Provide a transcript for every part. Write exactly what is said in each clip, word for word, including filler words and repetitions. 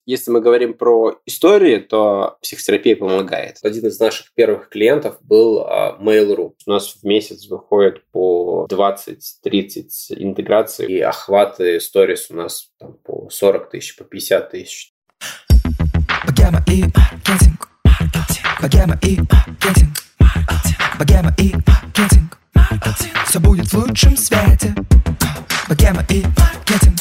Если мы говорим про истории, то психотерапия помогает. Один из наших первых клиентов был Mail.ru. У нас в месяц выходит по двадцать-тридцать интеграций, и охваты сторис у нас там, по сорок тысяч, по пятьдесят тысяч. Богема и маркетинг. Богема и маркетинг. Богема и маркетинг. Все будет в лучшем свете. Богема и маркетинг.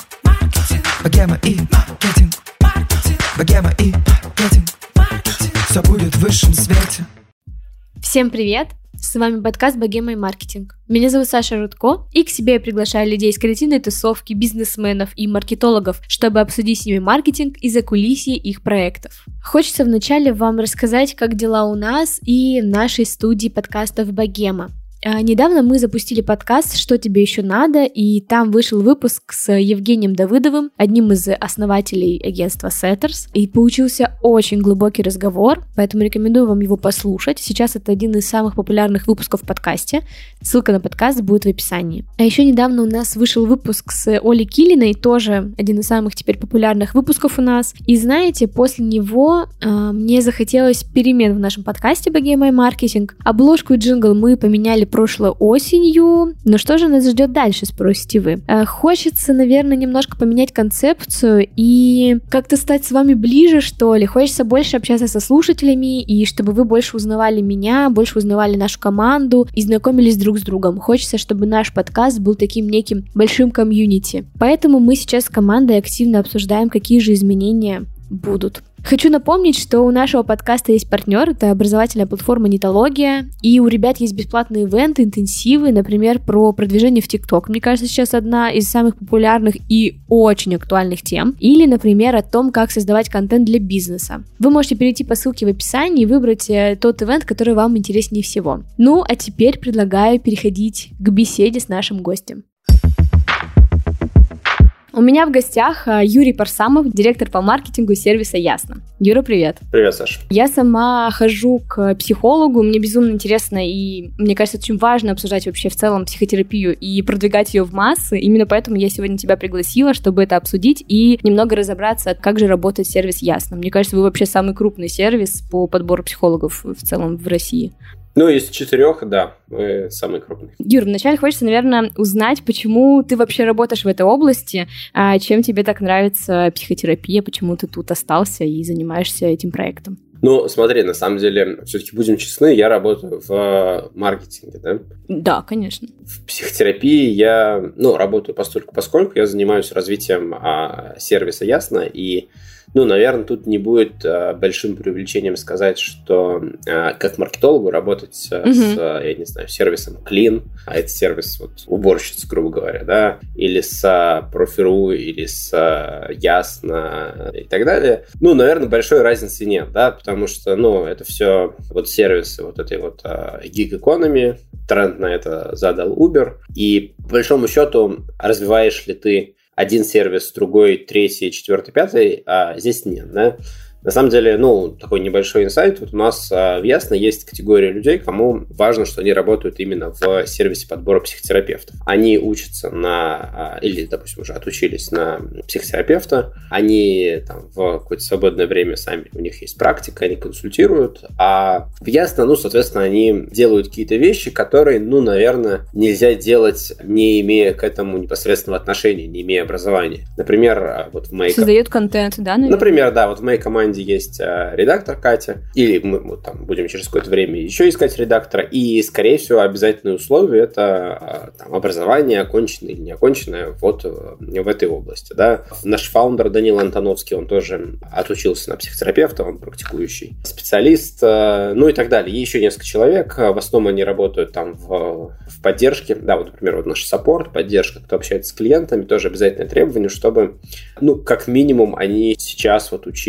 Богема и маркетинг. Богема и маркетинг. Все будет в высшем свете. Всем привет! С вами подкаст «Богема и маркетинг». Меня зовут Саша Рудко, и к себе я приглашаю людей из креативной тусовки, бизнесменов и маркетологов, чтобы обсудить с ними маркетинг и закулисье их проектов. Хочется вначале вам рассказать, как дела у нас и в нашей студии подкастов «Богема». Недавно мы запустили подкаст «Что тебе еще надо?», и там вышел выпуск с Евгением Давыдовым, одним из основателей агентства Setters, и получился очень глубокий разговор, поэтому рекомендую вам его послушать. Сейчас это один из самых популярных выпусков в подкасте, ссылка на подкаст будет в описании. А еще недавно у нас вышел выпуск с Олей Килиной, тоже один из самых теперь популярных выпусков у нас, и знаете, после него э, мне захотелось перемен в нашем подкасте «Богема и маркетинг». Обложку и джингл мы поменяли прошлой осенью. Но что же нас ждет дальше, спросите вы? Хочется, наверное, немножко поменять концепцию и как-то стать с вами ближе, что ли. Хочется больше общаться со слушателями, и чтобы вы больше узнавали меня, больше узнавали нашу команду и знакомились друг с другом. Хочется, чтобы наш подкаст был таким неким большим комьюнити. Поэтому мы сейчас с командой активно обсуждаем, какие же изменения будут. Хочу напомнить, что у нашего подкаста есть партнер, это образовательная платформа Нетология, и у ребят есть бесплатные ивенты, интенсивы, например, про продвижение в ТикТок. Мне кажется, сейчас одна из самых популярных и очень актуальных тем. Или, например, о том, как создавать контент для бизнеса. Вы можете перейти по ссылке в описании и выбрать тот ивент, который вам интереснее всего. Ну, а теперь предлагаю переходить к беседе с нашим гостем. У меня в гостях Юрий Парсамов, директор по маркетингу сервиса Ясно. Юра, привет. Привет, Саша. Я сама хожу к психологу, мне безумно интересно, и мне кажется, очень важно обсуждать вообще в целом психотерапию и продвигать ее в массы. Именно поэтому я сегодня тебя пригласила, чтобы это обсудить и немного разобраться, как же работает сервис Ясно. Мне кажется, вы вообще самый крупный сервис по подбору психологов в целом в России. Ну, из четырех, да, мы самый крупный. Юр, вначале хочется, наверное, узнать, почему ты вообще работаешь в этой области, чем тебе так нравится психотерапия, почему ты тут остался и занимаешься этим проектом. Ну, смотри, на самом деле, все-таки будем честны, я работаю в маркетинге, да? Да, конечно. В психотерапии я, ну, работаю постольку, поскольку я занимаюсь развитием а, сервиса Ясно, и ну, наверное, тут не будет а, большим преувеличением сказать, что а, как маркетологу работать а, mm-hmm. с, я не знаю, сервисом Clean, а это сервис вот, уборщиц, грубо говоря, да, или с а, Профи.ру, или с а, Ясно и так далее. Ну, наверное, большой разницы нет, да, потому что, ну, это все вот сервисы вот этой вот а, гиг-экономии, тренд на это задал Uber, и по большому счету развиваешь ли ты один сервис, другой, третий, четвертый, пятый, а здесь нет, да. На самом деле, ну, такой небольшой инсайт. Вот у нас а, в Ясно есть категория людей, кому важно, что они работают именно в сервисе подбора психотерапевтов. Они учатся на, а, или, допустим, уже отучились на психотерапевта, они там в какое-то свободное время сами, у них есть практика, они консультируют, а в Ясно, ну, соответственно, они делают какие-то вещи, которые, ну, наверное, нельзя делать, не имея к этому непосредственного отношения, не имея образования. Например, вот в моей... Создают контент, да? Наверное? Например, да, вот в моей команде есть а, редактор Катя, или мы вот, там будем через какое-то время еще искать редактора, и, скорее всего, обязательное условие – это а, там, образование, оконченное или неоконченное вот в этой области. Да. Наш фаундер Данил Антоновский, он тоже отучился на психотерапевта, он практикующий специалист, а, ну и так далее. И еще несколько человек, в основном они работают там в, в поддержке, да, вот, например, вот наш саппорт, поддержка, кто общается с клиентами, тоже обязательное требование, чтобы, ну, как минимум, они сейчас вот учились на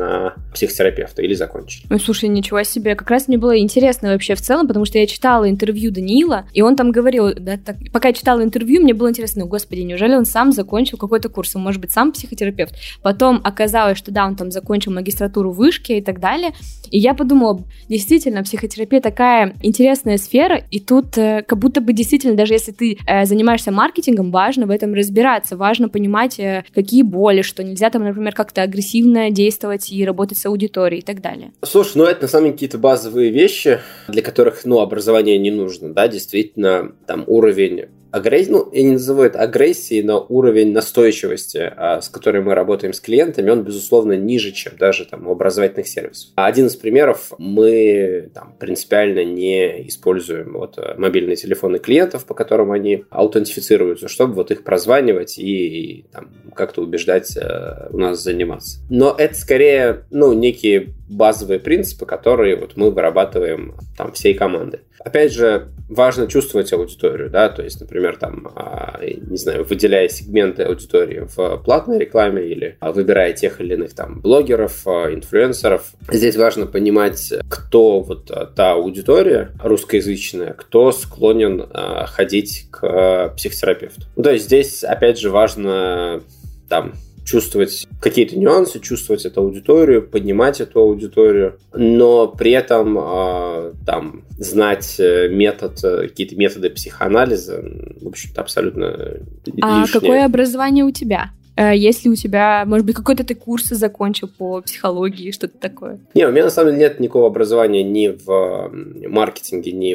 на психотерапевта или закончили. Ой, слушай, ничего себе. Как раз мне было интересно вообще в целом, потому что я читала интервью Даниила, и он там говорил, да, так, пока я читала интервью, мне было интересно, ну, господи, неужели он сам закончил какой-то курс, он, может быть, сам психотерапевт? Потом оказалось, что да, он там закончил магистратуру в Вышке и так далее, и я подумала, действительно, психотерапия такая интересная сфера, и тут э, как будто бы действительно, даже если ты э, занимаешься маркетингом, важно в этом разбираться, важно понимать, э, какие боли, что нельзя там, например, как-то агрессивно действовать и работать с аудиторией и так далее. Слушай, ну это на самом деле какие-то базовые вещи, для которых, ну, образование не нужно, да, действительно, там уровень агрессии, ну, я не называю это агрессией, но уровень настойчивости, а, с которой мы работаем с клиентами, он, безусловно, ниже, чем даже там у образовательных сервисов. Один из примеров, мы там принципиально не используем вот мобильные телефоны клиентов, по которым они аутентифицируются, чтобы вот их прозванивать и, и там как-то убеждать э, у нас заниматься. Но это скорее, ну, некие базовые принципы, которые вот мы вырабатываем там всей командой. Опять же, важно чувствовать аудиторию, да, то есть, например, там, не знаю, выделяя сегменты аудитории в платной рекламе или выбирая тех или иных там блогеров, инфлюенсеров. Здесь важно понимать, кто вот та аудитория русскоязычная, кто склонен ходить к психотерапевту. Ну, то есть здесь, опять же, важно там чувствовать какие-то нюансы, чувствовать эту аудиторию, поднимать эту аудиторию, но при этом э, там знать метод, какие-то методы психоанализа, в общем-то, абсолютно лишнее. А какое образование у тебя? Есть ли у тебя, может быть, какой-то ты курсы закончил по психологии, что-то такое? Не, у меня на самом деле нет никакого образования ни в маркетинге, ни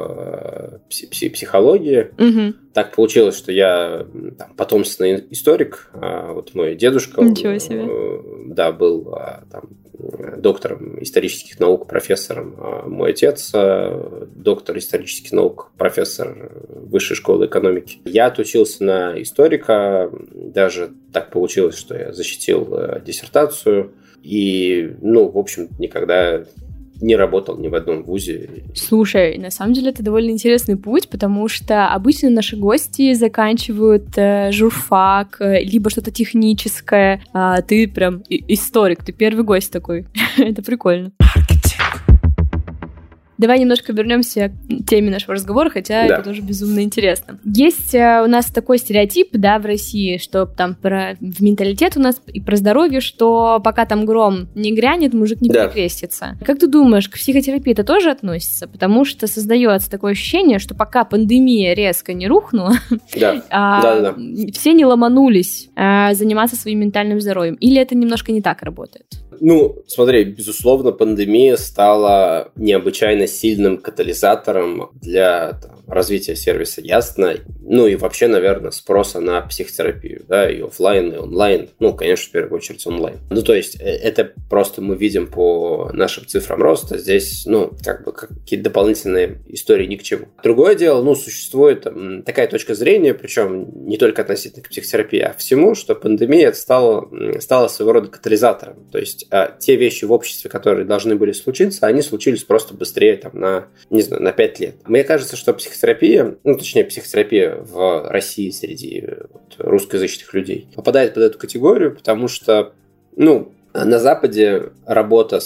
в психологии. Угу. Так получилось, что я там, потомственный историк. Вот мой дедушка, Ничего себе. Да, был там доктором исторических наук, профессором. Мой отец доктор исторических наук, профессор Высшей школы экономики. Я отучился на историка, даже так получилось, что я защитил диссертацию и, ну, в общем, никогда не работал ни в одном вузе. Слушай, на самом деле это довольно интересный путь, потому что обычно наши гости заканчивают э, журфак, э, либо что-то техническое, а ты прям историк, ты первый гость такой. Это прикольно. Давай немножко вернемся к теме нашего разговора, хотя да. Это тоже безумно интересно. Есть э, у нас такой стереотип, да, в России, что там про, в менталитет у нас и про здоровье, что пока там гром не грянет, мужик не да. перекрестится. Как ты думаешь, к психотерапии это тоже относится? Потому что создается такое ощущение, что пока пандемия резко не рухнула, да. а, да, да, да. все не ломанулись а, заниматься своим ментальным здоровьем. Или это немножко не так работает? Ну, смотри, безусловно, пандемия стала необычайно сильным катализатором для там, развития сервиса Ясно, ну и вообще, наверное, спроса на психотерапию, да, и офлайн, и онлайн, ну, конечно, в первую очередь онлайн. Ну, то есть это просто мы видим по нашим цифрам роста, здесь, ну, как бы какие-то дополнительные истории ни к чему. Другое дело, ну, существует там, такая точка зрения, причем не только относительно к психотерапии, а всему, что пандемия стала, стала своего рода катализатором, то есть а те вещи в обществе, которые должны были случиться, они случились просто быстрее, там, на, не знаю, на пять лет. Мне кажется, что психотерапия, ну, точнее, психотерапия в России среди вот, русскоязычных людей попадает под эту категорию, потому что, ну, на Западе работа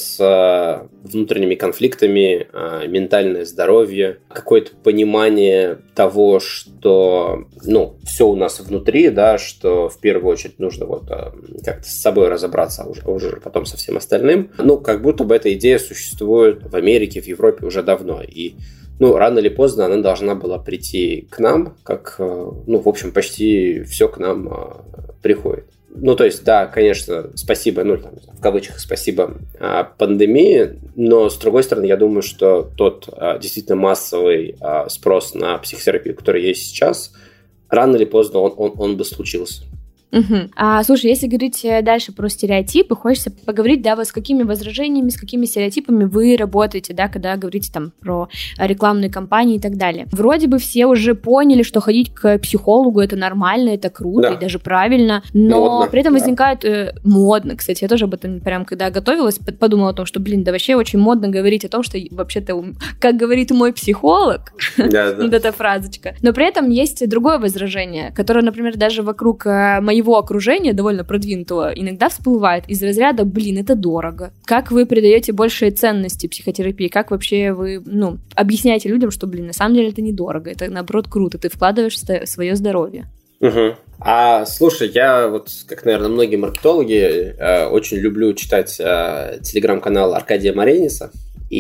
с внутренними конфликтами, ментальное здоровье, какое-то понимание того, что, ну, все у нас внутри, да, что в первую очередь нужно вот как-то с собой разобраться, а уже, уже потом со всем остальным. Ну, как будто бы эта идея существует в Америке, в Европе уже давно. И ну, рано или поздно она должна была прийти к нам, как, ну, в общем, почти все к нам приходит. Ну, то есть, да, конечно, спасибо, ну, там, в кавычках, спасибо а, пандемии, но, с другой стороны, я думаю, что тот а, действительно массовый а, спрос на психотерапию, который есть сейчас, рано или поздно он, он, он бы случился. Угу. А, слушай, если говорить дальше про стереотипы, хочется поговорить, да, вот с какими возражениями, с какими стереотипами вы работаете, да, когда говорите там про рекламные кампании и так далее. Вроде бы все уже поняли, что ходить к психологу это нормально, это круто, да. И даже правильно, но модно, при этом да. возникает э, модно, кстати, я тоже об этом прям, когда готовилась, подумала о том, что, блин, да вообще очень модно говорить о том, что вообще-то, как говорит мой психолог, вот эта фразочка, но при этом есть другое возражение, которое, например, даже вокруг моей моего окружения, довольно продвинутого, иногда всплывает из разряда, блин, это дорого. Как вы придаете большие ценности психотерапии? Как вообще вы, ну, объясняете людям, что, блин, на самом деле это недорого, это, наоборот, круто, ты вкладываешь в свое здоровье? Угу. А слушай, я вот, как, наверное, многие маркетологи, э, очень люблю читать э, телеграм-канал Аркадия Марениса.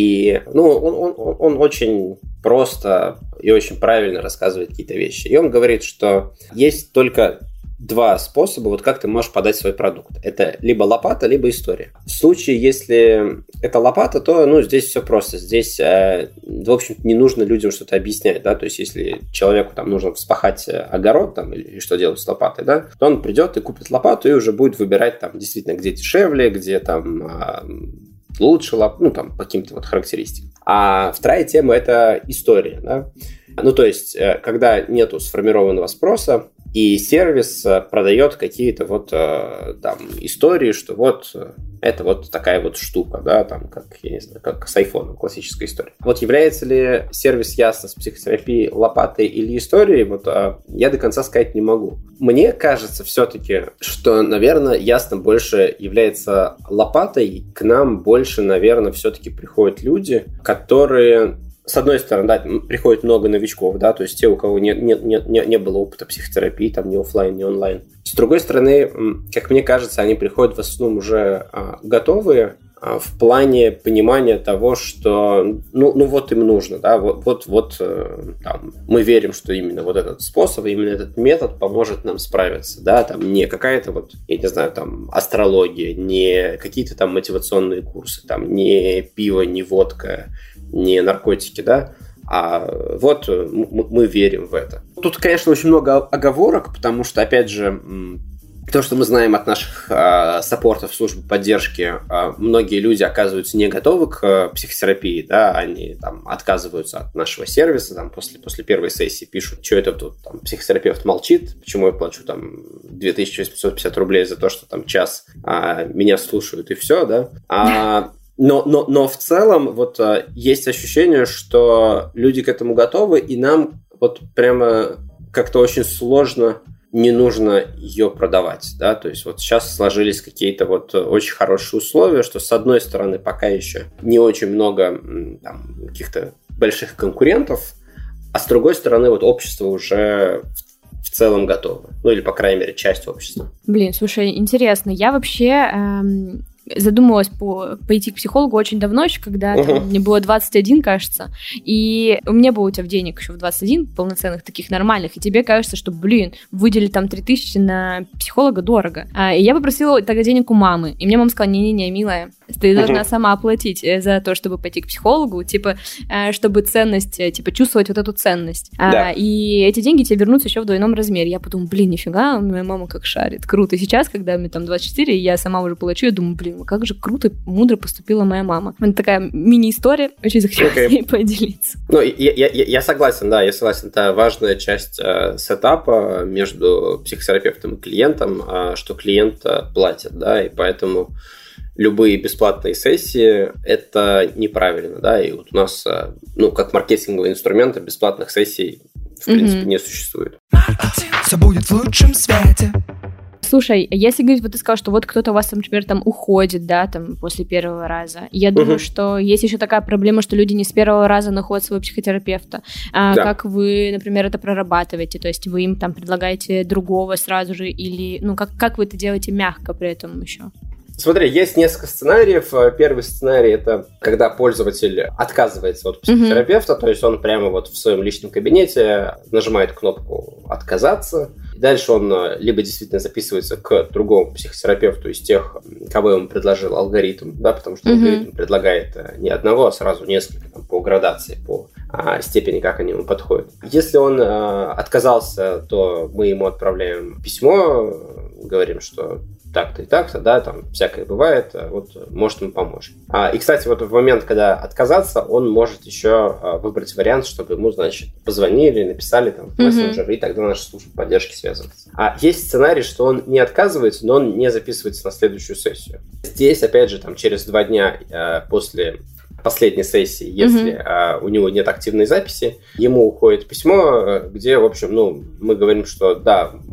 И ну, он, он, он очень просто и очень правильно рассказывает какие-то вещи. И он говорит, что есть только два способа, вот как ты можешь подать свой продукт. Это либо лопата, либо история. В случае, если это лопата, то ну, здесь все просто. Здесь, э, в общем, не нужно людям что-то объяснять. Да? То есть, если человеку там, нужно вспахать огород там, или что делать с лопатой, да, то он придет и купит лопату и уже будет выбирать там, действительно, где дешевле, где там э, лучше, ну, там, по каким-то вот характеристикам. А вторая тема – это история. Да? Ну, то есть, э, когда нету сформированного спроса, и сервис продает какие-то вот там истории, что вот это вот такая вот штука, да, там, как, я не знаю, как с айфоном, классическая история. Вот является ли сервис Ясно с психотерапией лопатой или историей, вот я до конца сказать не могу. Мне кажется все-таки, что, наверное, Ясно больше является лопатой, к нам больше, наверное, все-таки приходят люди, которые... С одной стороны, да, приходит много новичков, да, то есть те, у кого не, не, не, не было опыта психотерапии, там, ни офлайн, ни онлайн. С другой стороны, как мне кажется, они приходят в основном уже а, готовые а, в плане понимания того, что, ну, ну вот им нужно, да, вот, вот, вот там, мы верим, что именно вот этот способ, именно этот метод поможет нам справиться, да, там, не какая-то вот, я не знаю, там, астрология, не какие-то там мотивационные курсы, там, не пиво, не водка, не наркотики, да, а вот мы верим в это. Тут, конечно, очень много оговорок, потому что, опять же, то, что мы знаем от наших э, саппортов службы поддержки, э, многие люди оказываются не готовы к э, психотерапии, да, они там отказываются от нашего сервиса, там после, после первой сессии пишут, что это тут там, психотерапевт молчит, почему я плачу там две тысячи восемьсот пятьдесят рублей за то, что там час э, меня слушают и все, да. А, но, но, но в целом вот э, есть ощущение, что люди к этому готовы, и нам вот прямо как-то очень сложно... не нужно ее продавать, да, то есть вот сейчас сложились какие-то вот очень хорошие условия, что с одной стороны пока еще не очень много там, каких-то больших конкурентов, а с другой стороны вот общество уже в, в целом готово, ну или по крайней мере часть общества. Блин, слушай, интересно, я вообще... Эм... задумывалась по, пойти к психологу очень давно, еще когда uh-huh. там, мне было двадцать один, кажется, и у меня было у тебя денег еще в двадцать один, полноценных, таких нормальных, и тебе кажется, что, блин, выделить там три тысячи на психолога дорого. А, и я попросила тогда денег у мамы, и мне мама сказала, не-не-не, милая, ты должна uh-huh. сама оплатить за то, чтобы пойти к психологу, типа, чтобы ценность, типа, чувствовать вот эту ценность. Да. А, и эти деньги тебе вернутся еще в двойном размере. Я подумала, блин, нифига, моя мама как шарит, круто. И сейчас, когда мне там двадцать четыре, и я сама уже плачу, я думаю, блин, как же круто и мудро поступила моя мама. Это такая мини-история, очень захотелось okay. ей поделиться. Ну, я, я, я согласен, да, я согласен. Это важная часть э, сетапа между психотерапевтом и клиентом, э, что клиент платит, да, и поэтому любые бесплатные сессии – это неправильно, да, и вот у нас, э, ну, как маркетинговый инструмент, бесплатных сессий в принципе mm-hmm. не существует. Все будет в лучшем свете. Слушай, если говорить, вот ты сказал, что вот кто-то у вас, например, там уходит, да, там, после первого раза. Я думаю, uh-huh. что есть еще такая проблема, что люди не с первого раза находят своего психотерапевта. А да. Как вы, например, это прорабатываете? То есть вы им там предлагаете другого сразу же или, ну, как, как вы это делаете мягко при этом еще? Смотри, есть несколько сценариев. Первый сценарий – это когда пользователь отказывается от психотерапевта, uh-huh. то есть он прямо вот в своем личном кабинете нажимает кнопку «Отказаться». Дальше он либо действительно записывается к другому психотерапевту из тех, кого ему предложил алгоритм, да, потому что uh-huh. алгоритм предлагает не одного, а сразу несколько там, по градации, по а, степени, как они ему подходят. Если он а, отказался, то мы ему отправляем письмо, говорим, что так-то и так-то, да, там всякое бывает, вот, может, ему поможем. А, и, кстати, вот в момент, когда отказаться, он может еще а, выбрать вариант, чтобы ему, значит, позвонили, написали там в мессенджер, mm-hmm. и тогда наша служба поддержки связывается. А есть сценарий, что он не отказывается, но он не записывается на следующую сессию. Здесь, опять же, там через два дня а, после последней сессии, если mm-hmm. а, у него нет активной записи, ему уходит письмо, где, в общем, ну, мы говорим, что да,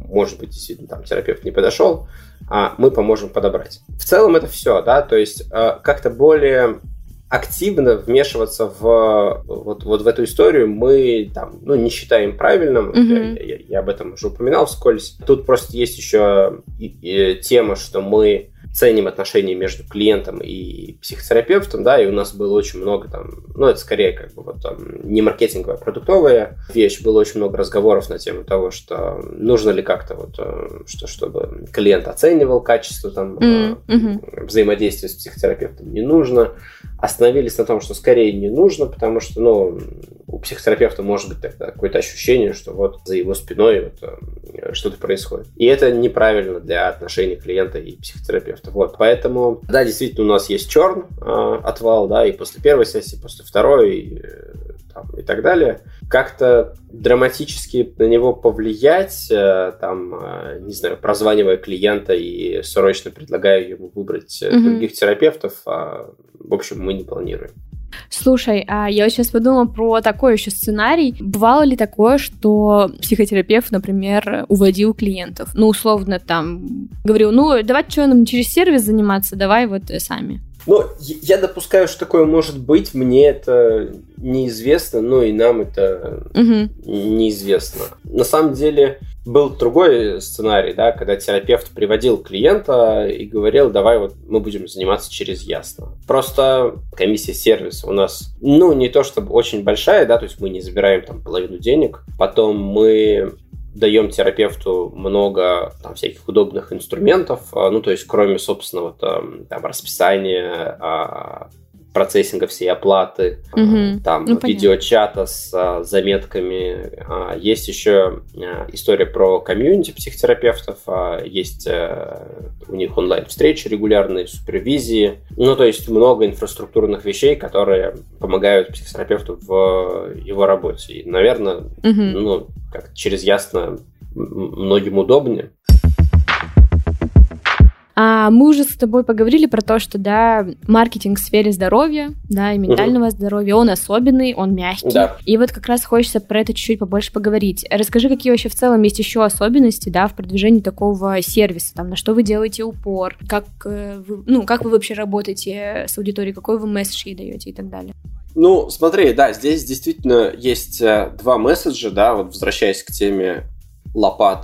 может быть, действительно, там терапевт не подошел, а мы поможем подобрать. В целом это все, да, то есть как-то более активно вмешиваться в вот, вот в эту историю мы там, ну, не считаем правильным. Mm-hmm. Я, я, я об этом уже упоминал вскользь. Тут просто есть еще и, и тема, что мы ценим отношения между клиентом и психотерапевтом, да, и у нас было очень много там, ну, это скорее как бы вот там не маркетинговая, а продуктовая вещь, было очень много разговоров на тему того, что нужно ли как-то вот, что, чтобы клиент оценивал качество там mm-hmm. взаимодействия с психотерапевтом, не нужно. Остановились на том, что скорее не нужно, потому что, ну, у психотерапевта может быть тогда какое-то ощущение, что вот за его спиной вот, что-то происходит. И это неправильно для отношений клиента и психотерапевта. Вот, поэтому, да, действительно, у нас есть черн, э, отвал, да, и после первой сессии, после второй, и, там, и так далее. Как-то драматически на него повлиять, э, там, э, не знаю, прозванивая клиента и срочно предлагая ему выбрать mm-hmm. других терапевтов, э, в общем, мы не планируем. Слушай, а я сейчас подумала про такой еще сценарий. Бывало ли такое, что психотерапевт, например, уводил клиентов? Ну, условно, там, говорил, ну, давайте что, нам через сервис заниматься, давай вот сами. Ну, я допускаю, что такое может быть, мне это неизвестно, но и нам это угу. неизвестно. На самом деле, был другой сценарий, да, когда терапевт приводил клиента и говорил, давай вот мы будем заниматься через Ясно. Просто комиссия сервиса у нас, ну, не то чтобы очень большая, да, то есть мы не забираем там половину денег, потом мы даем терапевту много там, всяких удобных инструментов, ну, то есть кроме собственного там, там расписания, процессинга всей оплаты, mm-hmm. там ну, видеочата с а, заметками. А, есть еще а, история про комьюнити психотерапевтов, а, есть а, у них онлайн-встречи регулярные, супервизии. Ну, то есть много инфраструктурных вещей, которые помогают психотерапевту в его работе. И, наверное, mm-hmm. ну, как через Ясно многим удобнее. А мы уже с тобой поговорили про то, что, да, маркетинг в сфере здоровья, да, и ментального угу. здоровья, он особенный, он мягкий. Да. И вот как раз хочется про это чуть-чуть побольше поговорить. Расскажи, какие вообще в целом есть еще особенности, да, в продвижении такого сервиса, там, на что вы делаете упор, как вы, ну, как вы вообще работаете с аудиторией, какой вы месседж ей даете и так далее. Ну, смотри, да, здесь действительно есть два месседжа, да, вот возвращаясь к теме лопат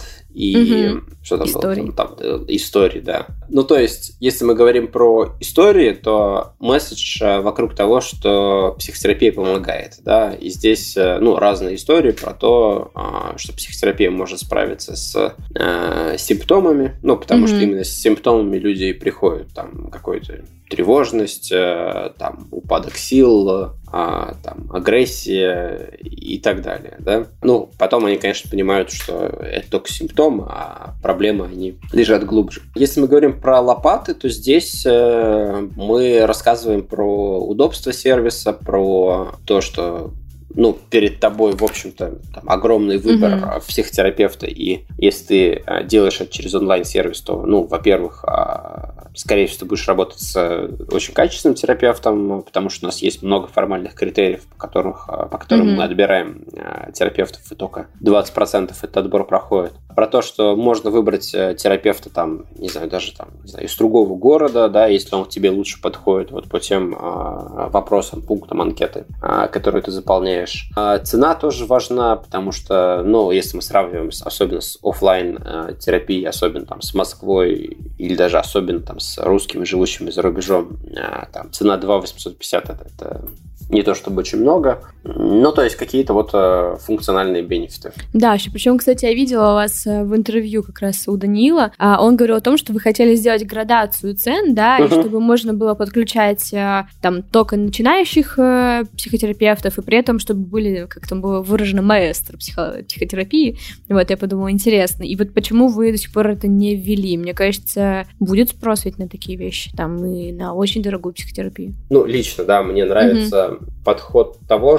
и угу. что там истории. было? Там, там, истории, да. Ну, то есть, если мы говорим про истории, то месседж вокруг того, что психотерапия помогает, да, и здесь, ну, разные истории про то, что психотерапия может справиться с э, симптомами, ну, потому mm-hmm. что именно с симптомами люди приходят, там, какой-то тревожность, э, там, упадок сил, э, там, агрессия и так далее, да. Ну, потом они, конечно, понимают, что это только симптом, а проблемы, они лежат глубже. Если мы говорим про лопаты, то здесь э, мы рассказываем про удобство сервиса, про то, что ну, перед тобой, в общем-то, там, огромный выбор mm-hmm. психотерапевта, и если ты а, делаешь это через онлайн-сервис, то, ну, во-первых, а, скорее всего, ты будешь работать с очень качественным терапевтом, потому что у нас есть много формальных критериев, по, которых, по которым mm-hmm. мы отбираем а, терапевтов, и только двадцать процентов этот отбор проходит. Про то, что можно выбрать терапевта, там, не знаю, даже там, не знаю, из другого города, да, если он к тебе лучше подходит, вот по тем а, вопросам, пунктам анкеты, а, которые ты заполняешь. А цена тоже важна, потому что, ну, если мы сравниваем, с, особенно с офлайн терапией, особенно там с Москвой или даже особенно там с русскими, живущими за рубежом, там цена два тысячи восемьсот пятьдесят это, это не то чтобы очень много, но то есть какие-то вот функциональные бенефиты. Да, причем, кстати, я видела вас в интервью как раз у Даниила, он говорил о том, что вы хотели сделать градацию цен, да, uh-huh. и чтобы можно было подключать там только начинающих психотерапевтов, и при этом, чтобы были, как там было выражено, маэстро психо- психотерапии. Вот, я подумала, интересно. И вот почему вы до сих пор это не ввели? Мне кажется, будет спрос ведь на такие вещи, там, и на очень дорогую психотерапию. Ну, лично, да, мне нравится uh-huh. подход того,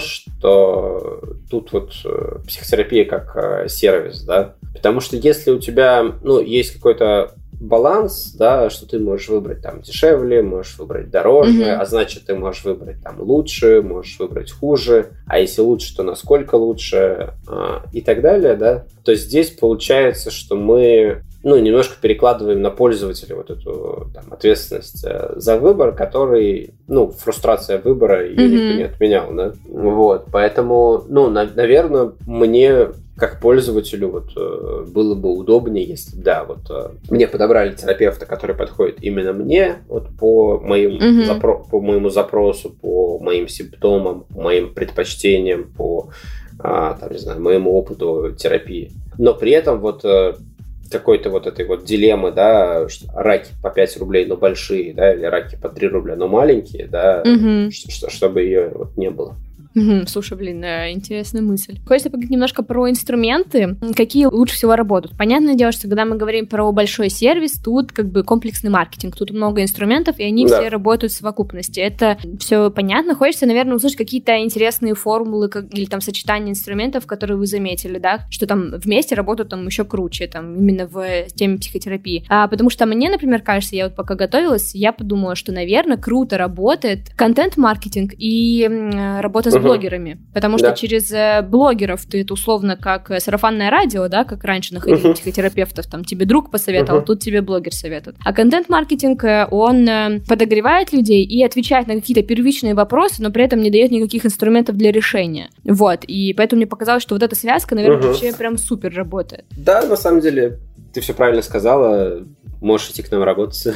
что тут вот психотерапия как сервис, да, потому что если у тебя, ну, есть какой-то баланс, да, что ты можешь выбрать там дешевле, можешь выбрать дороже, mm-hmm. а значит, ты можешь выбрать там лучше, можешь выбрать хуже, а если лучше, то насколько лучше, а, и так далее, да. То есть здесь получается, что мы, ну, немножко перекладываем на пользователя вот эту там, ответственность за выбор, который, ну, фрустрация выбора, ее mm-hmm. никто не отменял, да. Вот, поэтому, ну, на, наверное, мне как пользователю вот, было бы удобнее, если, да, вот мне подобрали терапевта, который подходит именно мне, вот по, моим mm-hmm. запро- по моему запросу, по моим симптомам, по моим предпочтениям, по, а, там, не знаю, моему опыту терапии. Но при этом вот какой-то вот этой вот дилеммы, да, что раки по пять рублей, но большие, да, или раки по три рубля, но маленькие, да, mm-hmm. что, чтобы ее вот не было. Угу, слушай, блин, интересная мысль. Хочется поговорить немножко про инструменты, какие лучше всего работают. Понятное дело, что когда мы говорим про большой сервис, тут как бы комплексный маркетинг, тут много инструментов, и они да. все работают в совокупности. Это все понятно. Хочется, наверное, услышать какие-то интересные формулы как, или там сочетания инструментов, которые вы заметили, да, что там вместе работают там еще круче, там именно в теме психотерапии. А, потому что мне, например, кажется, я вот пока готовилась, я подумала, что, наверное, круто работает контент-маркетинг и м, работа с блогерами, потому что да. через э, блогеров ты это условно как сарафанное радио, да, как раньше находили uh-huh. психотерапевтов, там тебе друг посоветовал, uh-huh. тут тебе блогер советует. А контент-маркетинг, он э, подогревает людей и отвечает на какие-то первичные вопросы, но при этом не дает никаких инструментов для решения. Вот, и поэтому мне показалось, что вот эта связка, наверное, uh-huh. вообще прям супер работает. Да, на самом деле, ты все правильно сказала, можешь идти к нам работать.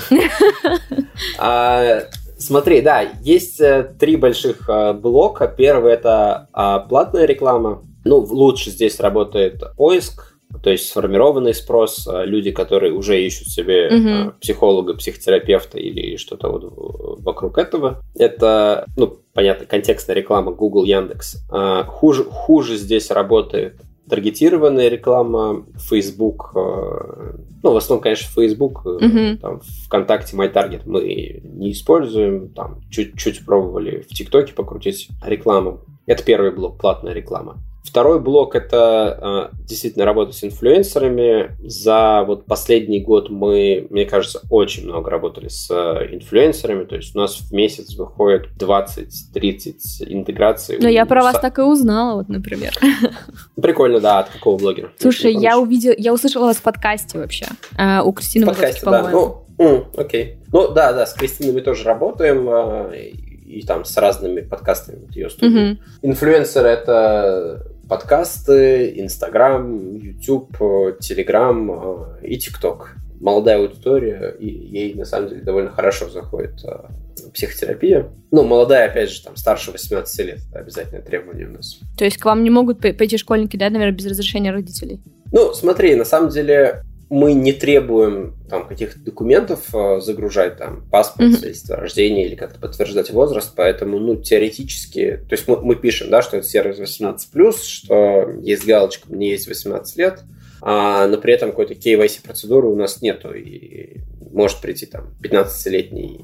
Смотри, да, есть э, три больших э, блока. Первый – это э, платная реклама. Ну, лучше здесь работает поиск, то есть сформированный спрос. Э, люди, которые уже ищут себе э, психолога, психотерапевта или что-то вот вокруг этого. Это, ну, понятно, контекстная реклама Google, Яндекс. Э, хуже, хуже здесь работает таргетированная реклама, Facebook, ну, в основном, конечно, Facebook, mm-hmm. там, ВКонтакте, MyTarget мы не используем, там, чуть-чуть пробовали в ТикТоке покрутить рекламу. Это первый блок, платная реклама. Второй блок – это э, действительно работа с инфлюенсерами. За вот последний год мы, мне кажется, очень много работали с э, инфлюенсерами. То есть у нас в месяц выходит двадцать-тридцать интеграций. Но я про вас так и узнала, вот, например. Прикольно, да. От какого блогера? Слушай, я увидела, я услышала вас в подкасте вообще. Э, у Кристины в подкасте, да. Ну, м, окей. Ну, да, да, с Кристиной мы тоже работаем. Э, и там с разными подкастами вот ее студии. Mm-hmm. Инфлюенсеры — это подкасты, Инстаграм, Ютуб, Телеграм и ТикТок. Молодая аудитория, и ей на самом деле довольно хорошо заходит а, психотерапия. Ну, молодая, опять же, там, старше восемнадцати лет, это обязательное требование у нас. То есть к вам не могут пойти школьники, да, наверное, без разрешения родителей? Ну, смотри, на самом деле мы не требуем там каких-то документов э, загружать, там, паспорт, свидетельство о рождении или как-то подтверждать возраст, поэтому, ну, теоретически, то есть мы, мы пишем, да, что это сервис восемнадцать плюс, что есть галочка, мне есть восемнадцать лет, а, но при этом какой-то кей вай си-процедуры у нас нету, и может прийти там пятнадцатилетний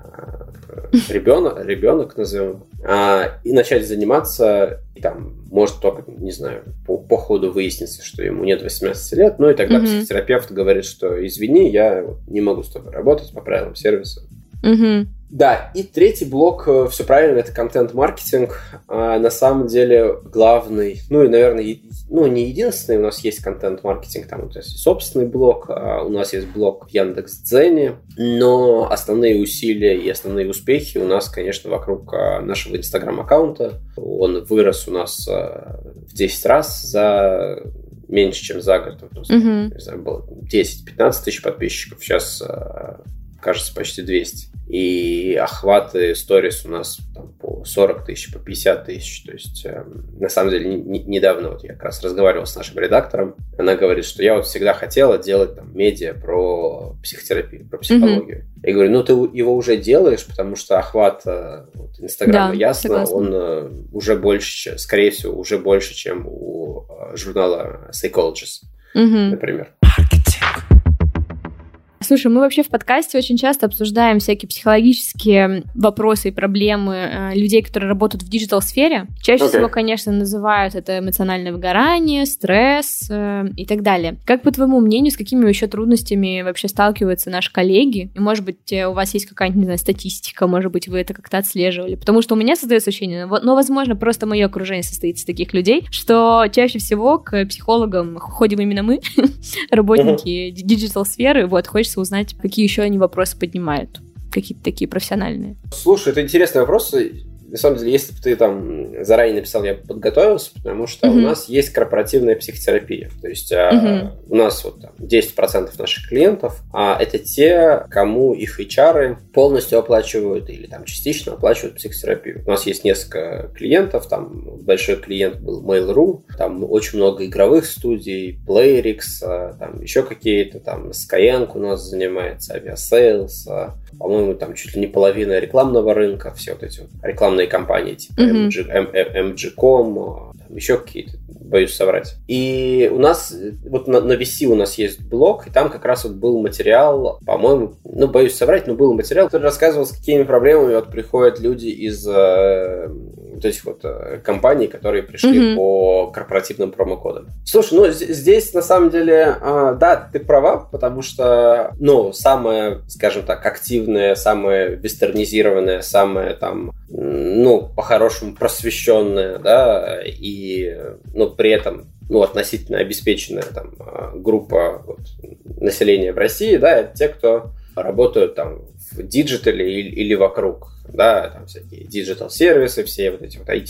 ребенок, ребенок назовем, а, и начать заниматься, и там может только, не знаю, по, по ходу выяснится, что ему нет восемнадцати лет, ну и тогда mm-hmm. психотерапевт говорит, что извини, я не могу с тобой работать по правилам сервиса. Mm-hmm. Да, и третий блок, все правильно, это контент-маркетинг. А на самом деле главный, ну и, наверное, е- ну не единственный, у нас есть контент-маркетинг, там у нас есть собственный блог, а у нас есть блог в Яндекс.Дзене, но основные усилия и основные успехи у нас, конечно, вокруг нашего Инстаграм-аккаунта. Он вырос у нас в десять раз за меньше, чем за год. Mm-hmm. Не знаю, было десять-пятнадцать тысяч подписчиков, сейчас, кажется, почти двести. И охваты сторис у нас там, по сорок тысяч, по пятьдесят тысяч. То есть, э, на самом деле, не, не, недавно вот я как раз разговаривал с нашим редактором. Она говорит, что я вот всегда хотела делать там медиа про психотерапию, про психологию. Mm-hmm. Я говорю, ну ты его уже делаешь, потому что охват э, вот, Инстаграма, да, ясно, согласна. Он э, уже больше, скорее всего, уже больше, чем у э, журнала Psychologist, mm-hmm. например. Слушай, мы вообще в подкасте очень часто обсуждаем всякие психологические вопросы и проблемы э, людей, которые работают в диджитал-сфере. Чаще okay. всего, конечно, называют это эмоциональное выгорание, стресс э, и так далее. Как, по твоему мнению, с какими еще трудностями вообще сталкиваются наши коллеги? И, может быть, у вас есть какая-нибудь, не знаю, статистика, может быть, вы это как-то отслеживали? Потому что у меня создается ощущение, но, возможно, просто мое окружение состоит из таких людей, что чаще всего к психологам ходим именно мы, работники диджитал-сферы, вот, хочется узнать, какие еще они вопросы поднимают, какие-то такие профессиональные. Слушай, это интересный вопрос. На самом деле, если бы ты там заранее написал, я бы подготовился, потому что uh-huh. у нас есть корпоративная психотерапия. То есть uh-huh. у нас вот там десять процентов наших клиентов, а это те, кому их эйч ар полностью оплачивают или там частично оплачивают психотерапию. У нас есть несколько клиентов, там большой клиент был Mail.ru, там очень много игровых студий, Playrix, там еще какие-то, там Skyeng у нас занимается, Aviasales, по-моему, там чуть ли не половина рекламного рынка, все вот эти вот рекламные компании, типа mm-hmm. эм джи ком, там еще какие-то, боюсь соврать. И у нас, вот на, на ви си у нас есть блог, и там как раз вот был материал, по-моему, ну, боюсь соврать, но был материал, который рассказывал, с какими проблемами вот приходят люди из э, вот этих вот э, компаний, которые пришли mm-hmm. по корпоративным промокодам. Слушай, ну, здесь, на самом деле, э, да, ты права, потому что, ну, самое, скажем так, активное, самое вестернизированное, самое там, ну, по-хорошему просвещенное, да, и, ну, при этом, ну, относительно обеспеченная там группа вот, населения в России, да, это те, кто работают там в диджитале или, или вокруг, да, там всякие диджитал-сервисы, все вот эти вот ай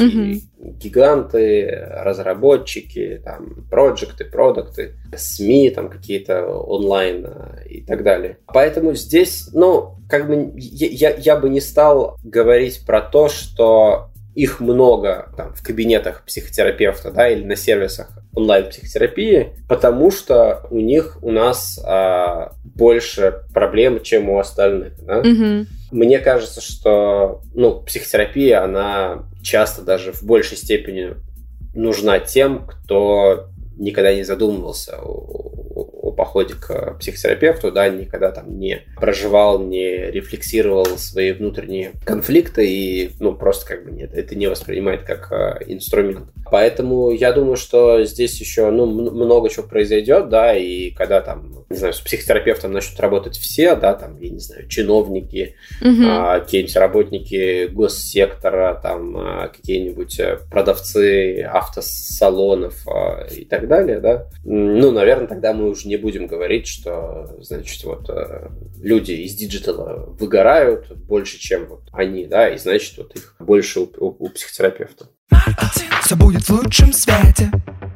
ти-гиганты, mm-hmm. разработчики, там, проекты, продукты, СМИ, там, какие-то онлайн и так далее. Поэтому здесь, ну, как бы я, я, я бы не стал говорить про то, что их много там, в кабинетах психотерапевта, да, или на сервисах онлайн-психотерапии, потому что у них, у нас а, больше проблем, чем у остальных. Да? Mm-hmm. Мне кажется, что ну, психотерапия, она часто даже в большей степени нужна тем, кто никогда не задумывался о, о походе к психотерапевту, да, никогда там не проживал, не рефлексировал свои внутренние конфликты и, ну, просто как бы нет, это не воспринимает как э, инструмент. Поэтому я думаю, что здесь еще, ну, много чего произойдет, да, и когда там, не знаю, с психотерапевтом начнут работать все, да, там, я не знаю, чиновники, mm-hmm. э, какие-нибудь работники госсектора, там, э, какие-нибудь продавцы автосалонов э, и так далее, да, ну, наверное, тогда мы уже не будем говорить, что, значит, вот люди из диджитала выгорают больше, чем вот они, да, и, значит, вот их больше у, у, у психотерапевта. Все будет в лучшем свете.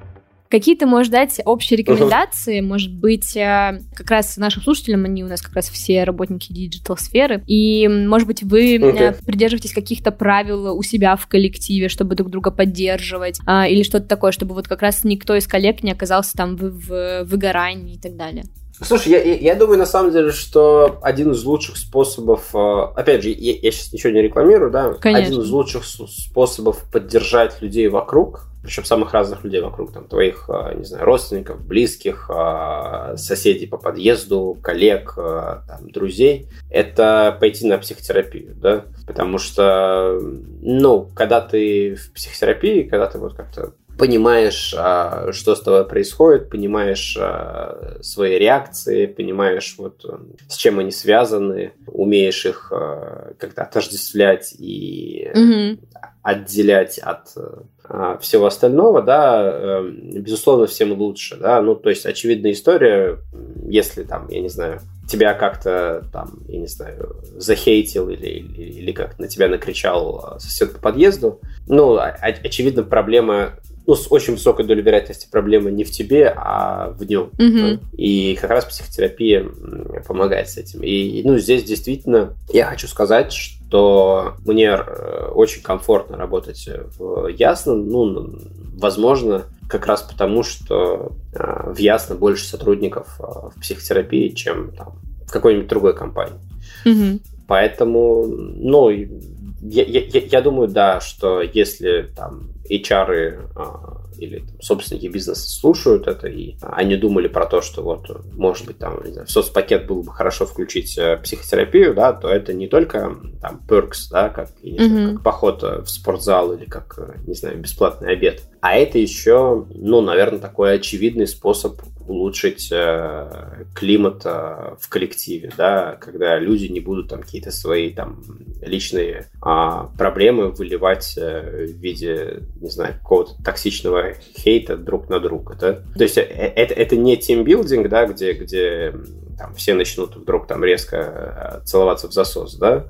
Какие ты можешь дать общие рекомендации, uh-huh. может быть, как раз нашим слушателям, они у нас как раз все работники диджитал-сферы, и, может быть, вы uh-huh. придерживаетесь каких-то правил у себя в коллективе, чтобы друг друга поддерживать, а, или что-то такое, чтобы вот как раз никто из коллег не оказался там в, в выгорании и так далее? Слушай, я, я думаю, на самом деле, что один из лучших способов, опять же, я, я сейчас ничего не рекламирую, да, Конечно. Один из лучших способов поддержать людей вокруг, причем самых разных людей вокруг, там, твоих, не знаю, родственников, близких, соседей по подъезду, коллег, там, друзей, это пойти на психотерапию, да, потому что, ну, когда ты в психотерапии, когда ты вот как-то понимаешь, что с тобой происходит, понимаешь свои реакции, понимаешь, вот, с чем они связаны, умеешь их как-то отождествлять и mm-hmm. отделять от всего остального, да, безусловно, всем лучше, да, ну, то есть, очевидная история, если там, я не знаю, тебя как-то там, я не знаю, захейтил или, или, или как-то на тебя накричал сосед по подъезду, ну, очевидно, проблема, ну, с очень высокой долей вероятности проблема не в тебе, а в нем. Mm-hmm. Да? И как раз психотерапия помогает с этим. И, ну, здесь действительно я хочу сказать, что мне очень комфортно работать в Ясно, ну, возможно, как раз потому, что в Ясно больше сотрудников в психотерапии, чем там, в какой-нибудь другой компании. Mm-hmm. Поэтому, ну, я, я, я думаю, да, что если там эйч ар или там, собственники бизнеса слушают это, и они думали про то, что вот, может быть, там, не знаю, в соцпакет было бы хорошо включить психотерапию, да, то это не только там perks, да, как, не знаю, mm-hmm. как поход в спортзал или как, не знаю, бесплатный обед, а это еще, ну, наверное, такой очевидный способ улучшить э, климат э, в коллективе, да, когда люди не будут там какие-то свои там личные э, проблемы выливать э, в виде, не знаю, какого-то токсичного хейта друг на друга, да. То есть э, это, это не тимбилдинг, да, где, где там все начнут вдруг там резко целоваться в засос, да,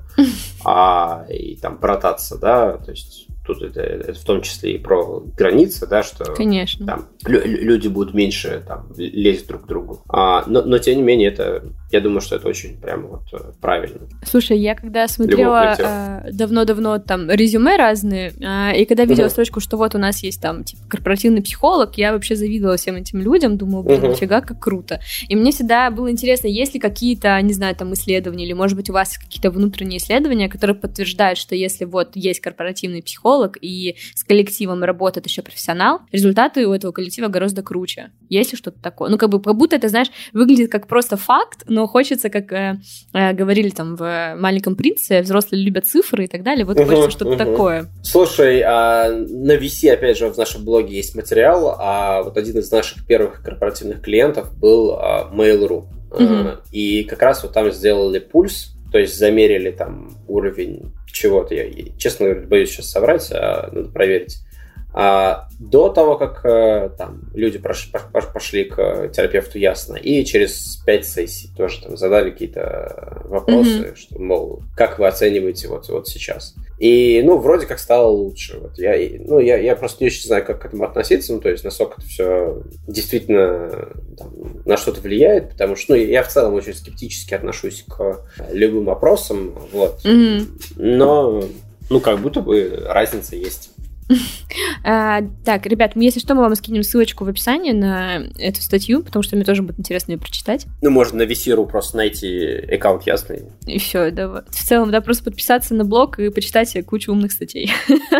а и там брататься, да, то есть тут это, это в том числе и про границы, да, что Конечно. Там, лю- люди будут меньше там, лезть друг к другу. А, но, но, тем не менее, это, я думаю, что это очень прямо вот правильно. Слушай, я когда смотрела э, давно-давно там резюме разные, э, и когда видела uh-huh. строчку, что вот у нас есть там типа корпоративный психолог, я вообще завидовала всем этим людям, думала, блин, uh-huh. нифига, как круто. И мне всегда было интересно, есть ли какие-то, не знаю, там исследования, или, может быть, у вас какие-то внутренние исследования, которые подтверждают, что если вот есть корпоративный психолог, и с коллективом работает еще профессионал, результаты у этого коллектива гораздо круче. Есть ли что-то такое? Ну, как бы, как будто это, знаешь, выглядит как просто факт, но хочется, как э, э, говорили там в «Маленьком принце», взрослые любят цифры и так далее, вот uh-huh, хочется что-то uh-huh. такое. Слушай, а на ви си, опять же, в нашем блоге есть материал, а вот один из наших первых корпоративных клиентов был а, Mail.ru, uh-huh. и как раз вот там сделали пульс, то есть замерили там уровень чего-то, я, честно говоря, боюсь сейчас соврать, а надо проверить. А, до того, как а, там люди прош, пошли к терапевту Ясно, и через пять сессий тоже там задали какие-то вопросы, mm-hmm. что, мол, как вы оцениваете вот, вот сейчас. И, ну, вроде как стало лучше. Вот я, ну, я, я просто не очень знаю, как к этому относиться, ну, то есть, насколько это все действительно там, на что-то влияет, потому что, ну, я в целом очень скептически отношусь к любым опросам, вот. Mm-hmm. Но, ну, как будто бы разница есть. А, так, ребят, если что, мы вам скинем ссылочку в описании на эту статью, потому что мне тоже будет интересно ее прочитать. Ну, можно на ви си точка ру просто найти аккаунт Ясный. И все, да. Вот. В целом, да, просто подписаться на блог и почитать кучу умных статей.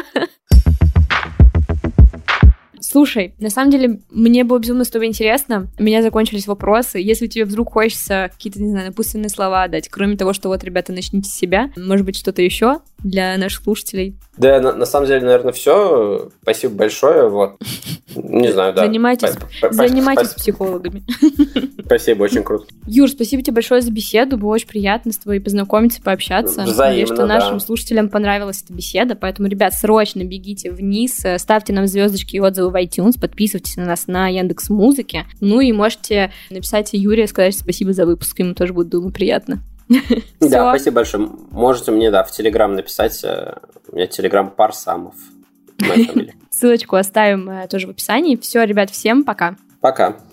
Слушай, на самом деле, мне было безумно с тобой интересно. У меня закончились вопросы. Если тебе вдруг хочется какие-то, не знаю, напутственные слова дать, кроме того, что вот, ребята, начните с себя, может быть, что-то еще для наших слушателей? Да, на, на самом деле, наверное, все. Спасибо большое. Вот. Не знаю, да. Занимайтесь, занимайтесь психологами. Спасибо, очень круто. Юр, спасибо тебе большое за беседу. Было очень приятно с тобой познакомиться, пообщаться. Взаимно, надеюсь, что нашим да. слушателям понравилась эта беседа. Поэтому, ребят, срочно бегите вниз, ставьте нам звездочки и отзывы в iTunes, подписывайтесь на нас на Яндекс.Музыке. Ну и можете написать Юре, сказать спасибо за выпуск. Ему тоже будет, думаю, приятно. Да, спасибо большое. Можете мне, да, в Телеграм написать. У меня Телеграм Парсамов. Ссылочку оставим тоже в описании. Все, ребят, всем пока. Пока.